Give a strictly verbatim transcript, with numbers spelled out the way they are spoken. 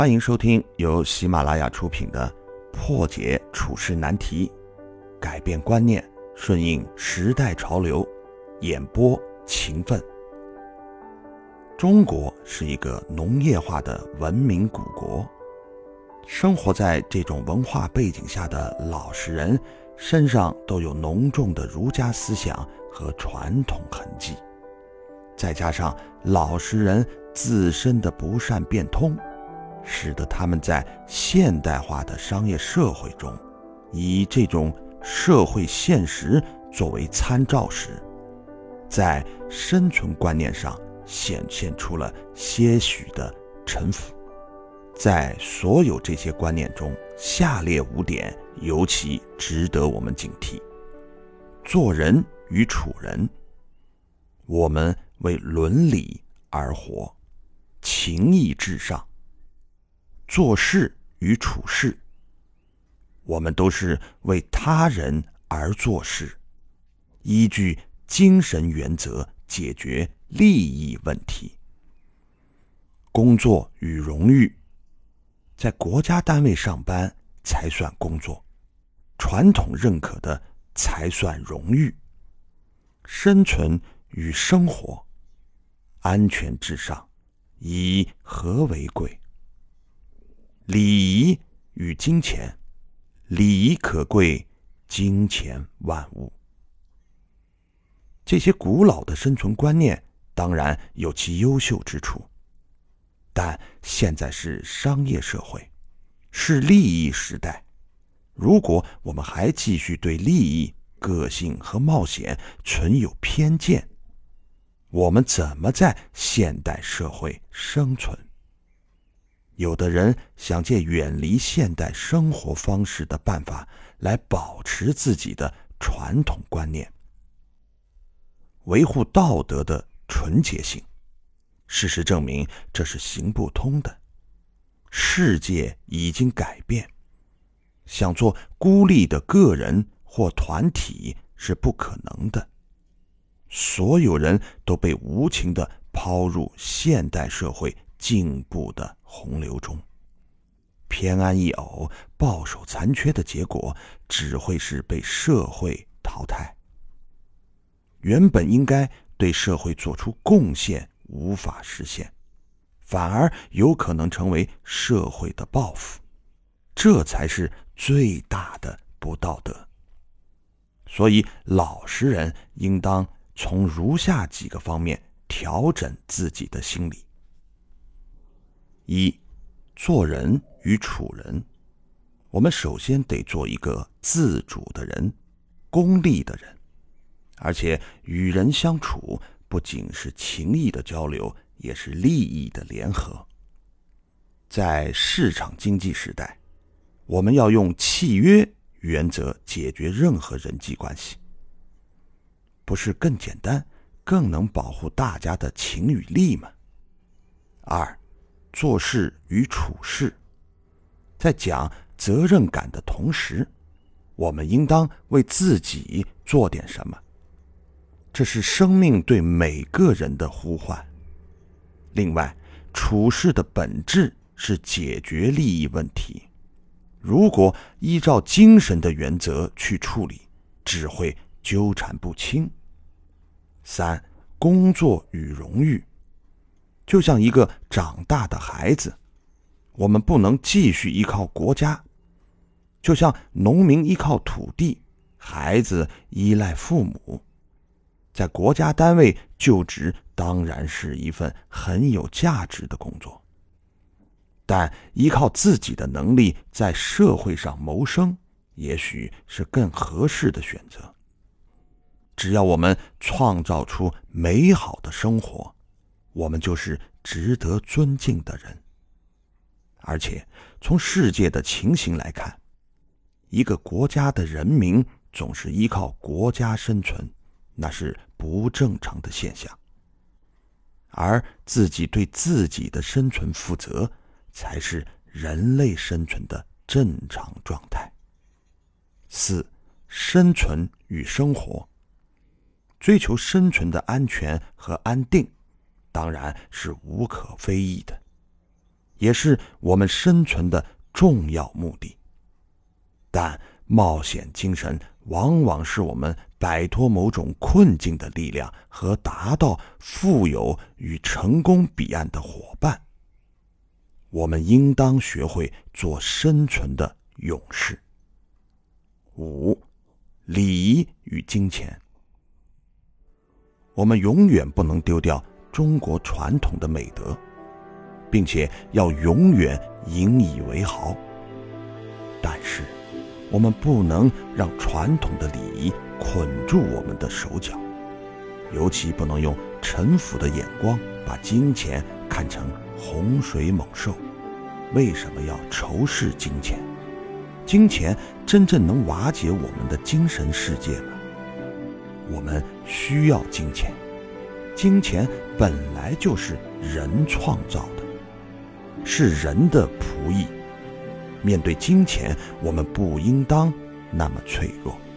欢迎收听由喜马拉雅出品的《破解处世难题》，改变观念，顺应时代潮流，演播勤奋。中国是一个农业化的文明古国，生活在这种文化背景下的老实人身上都有浓重的儒家思想和传统痕迹，再加上老实人自身的不善变通，使得他们在现代化的商业社会中，以这种社会现实作为参照时，在生存观念上显现出了些许的陈腐。在所有这些观念中，下列五点尤其值得我们警惕：做人与处人，我们为伦理而活，情义至上；做事与处事，我们都是为他人而做事，依据精神原则解决利益问题；工作与荣誉，在国家单位上班才算工作，传统认可的才算荣誉；生存与生活，安全至上，以和为贵；礼仪与金钱，礼仪可贵，金钱万物。这些古老的生存观念当然有其优秀之处，但现在是商业社会，是利益时代。如果我们还继续对利益、个性和冒险存有偏见，我们怎么在现代社会生存？有的人想借远离现代生活方式的办法来保持自己的传统观念，维护道德的纯洁性。事实证明，这是行不通的。世界已经改变，想做孤立的个人或团体是不可能的。所有人都被无情地抛入现代社会进步的洪流中，偏安一偶、抱守残缺的结果只会是被社会淘汰。原本应该对社会做出贡献无法实现，反而有可能成为社会的报复，这才是最大的不道德。所以老实人应当从如下几个方面调整自己的心理：一、做人与处人，我们首先得做一个自主的人，功利的人，而且与人相处不仅是情谊的交流，也是利益的联合。在市场经济时代，我们要用契约原则解决任何人际关系，不是更简单，更能保护大家的情与利吗？二、做事与处事，在讲责任感的同时，我们应当为自己做点什么，这是生命对每个人的呼唤。另外，处事的本质是解决利益问题，如果依照精神的原则去处理，只会纠缠不清。三、工作与荣誉，就像一个长大的孩子，我们不能继续依靠国家，就像农民依靠土地，孩子依赖父母。在国家单位就职当然是一份很有价值的工作，但依靠自己的能力在社会上谋生，也许是更合适的选择。只要我们创造出美好的生活，我们就是值得尊敬的人。而且从世界的情形来看，一个国家的人民总是依靠国家生存，那是不正常的现象。而自己对自己的生存负责，才是人类生存的正常状态。四、生存与生活，追求生存的安全和安定，当然是无可非议的。 也是我们生存的重要目的。但冒险精神往往是我们摆脱某种困境的力量和达到富有与成功彼岸的伙伴。我们应当学会做生存的勇士。五、礼仪与金钱。我们永远不能丢掉中国传统的美德，并且要永远引以为豪。但是我们不能让传统的礼仪捆住我们的手脚，尤其不能用臣服的眼光把金钱看成洪水猛兽。为什么要仇视金钱？金钱真正能瓦解我们的精神世界吗？我们需要金钱，金钱本来就是人创造的，是人的仆役。面对金钱，我们不应当那么脆弱。